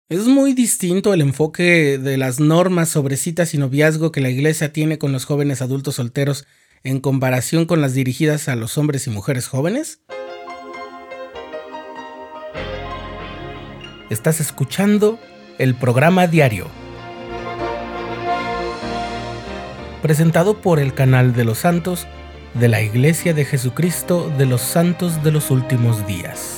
Es muy distinto el enfoque de las normas sobre citas y noviazgo que la Iglesia tiene con los jóvenes adultos solteros en comparación con las dirigidas a los hombres y mujeres jóvenes. Estás escuchando el programa diario, presentado por el canal de los santos de la Iglesia de Jesucristo de los Santos de los Últimos Días.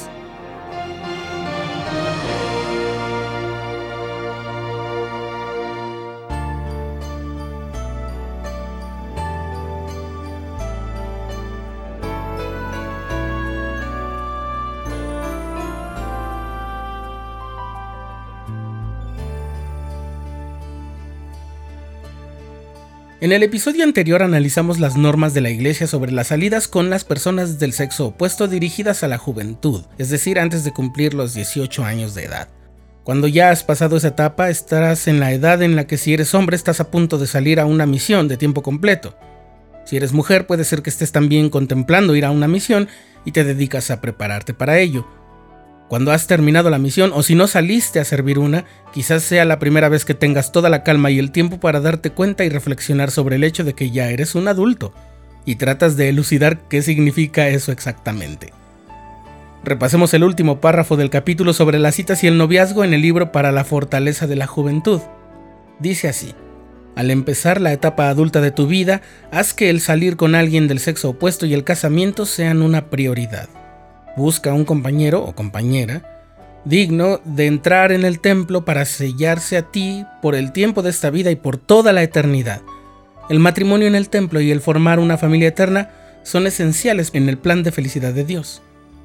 En el episodio anterior analizamos las normas de la Iglesia sobre las salidas con las personas del sexo opuesto dirigidas a la juventud, es decir, antes de cumplir los 18 años de edad. Cuando ya has pasado esa etapa, estarás en la edad en la que si eres hombre estás a punto de salir a una misión de tiempo completo. Si eres mujer, puede ser que estés también contemplando ir a una misión y te dedicas a prepararte para ello. Cuando has terminado la misión o si no saliste a servir una, quizás sea la primera vez que tengas toda la calma y el tiempo para darte cuenta y reflexionar sobre el hecho de que ya eres un adulto y tratas de elucidar qué significa eso exactamente. Repasemos el último párrafo del capítulo sobre las citas y el noviazgo en el libro Para la fortaleza de la juventud. Dice así: al empezar la etapa adulta de tu vida, haz que el salir con alguien del sexo opuesto y el casamiento sean una prioridad. Busca un compañero o compañera digno de entrar en el templo para sellarse a ti por el tiempo de esta vida y por toda la eternidad. El matrimonio en el templo y el formar una familia eterna son esenciales en el plan de felicidad de Dios.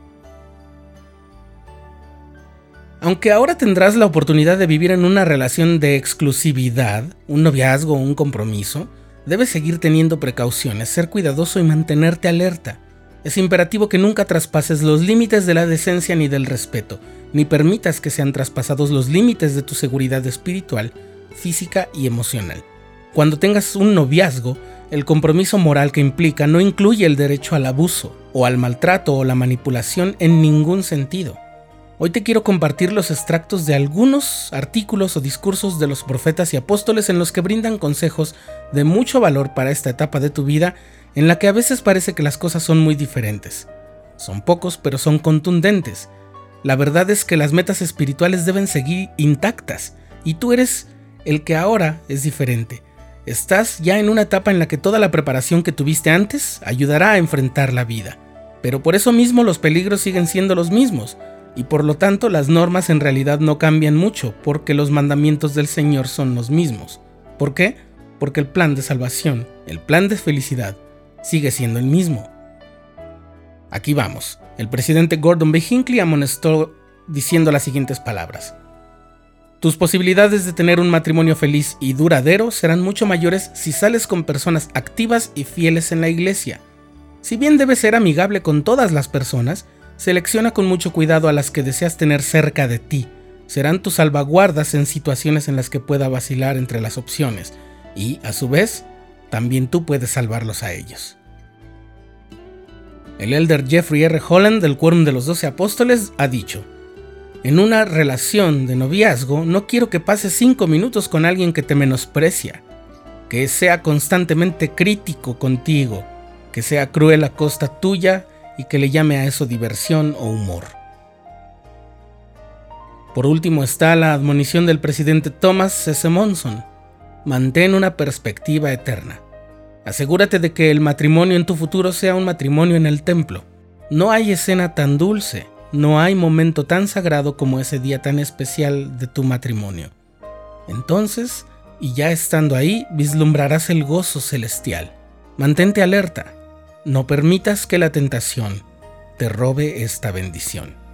Aunque ahora tendrás la oportunidad de vivir en una relación de exclusividad, un noviazgo o un compromiso, debes seguir teniendo precauciones, ser cuidadoso y mantenerte alerta. Es imperativo que nunca traspases los límites de la decencia ni del respeto, ni permitas que sean traspasados los límites de tu seguridad espiritual, física y emocional. Cuando tengas un noviazgo, el compromiso moral que implica no incluye el derecho al abuso, o al maltrato o la manipulación en ningún sentido. Hoy te quiero compartir los extractos de algunos artículos o discursos de los profetas y apóstoles en los que brindan consejos de mucho valor para esta etapa de tu vida en la que a veces parece que las cosas son muy diferentes. Son pocos, pero son contundentes. La verdad es que las metas espirituales deben seguir intactas, y tú eres el que ahora es diferente. Estás ya en una etapa en la que toda la preparación que tuviste antes ayudará a enfrentar la vida. Pero por eso mismo los peligros siguen siendo los mismos, y por lo tanto las normas en realidad no cambian mucho, porque los mandamientos del Señor son los mismos. ¿Por qué? Porque el plan de salvación, el plan de felicidad, sigue siendo el mismo. Aquí vamos. El presidente Gordon B. Hinckley amonestó diciendo las siguientes palabras: tus posibilidades de tener un matrimonio feliz y duradero serán mucho mayores si sales con personas activas y fieles en la iglesia. Si bien debes ser amigable con todas las personas, selecciona con mucho cuidado a las que deseas tener cerca de ti. Serán tus salvaguardas en situaciones en las que pueda vacilar entre las opciones y, a su vez, también tú puedes salvarlos a ellos. El elder Jeffrey R. Holland del Quórum de los 12 Apóstoles ha dicho: en una relación de noviazgo no quiero que pases 5 minutos con alguien que te menosprecia, que sea constantemente crítico contigo, que sea cruel a costa tuya y que le llame a eso diversión o humor. Por último está la admonición del presidente Thomas S. Monson: mantén una perspectiva eterna. Asegúrate de que el matrimonio en tu futuro sea un matrimonio en el templo. No hay escena tan dulce, no hay momento tan sagrado como ese día tan especial de tu matrimonio. Entonces, y ya estando ahí, vislumbrarás el gozo celestial. Mantente alerta. No permitas que la tentación te robe esta bendición.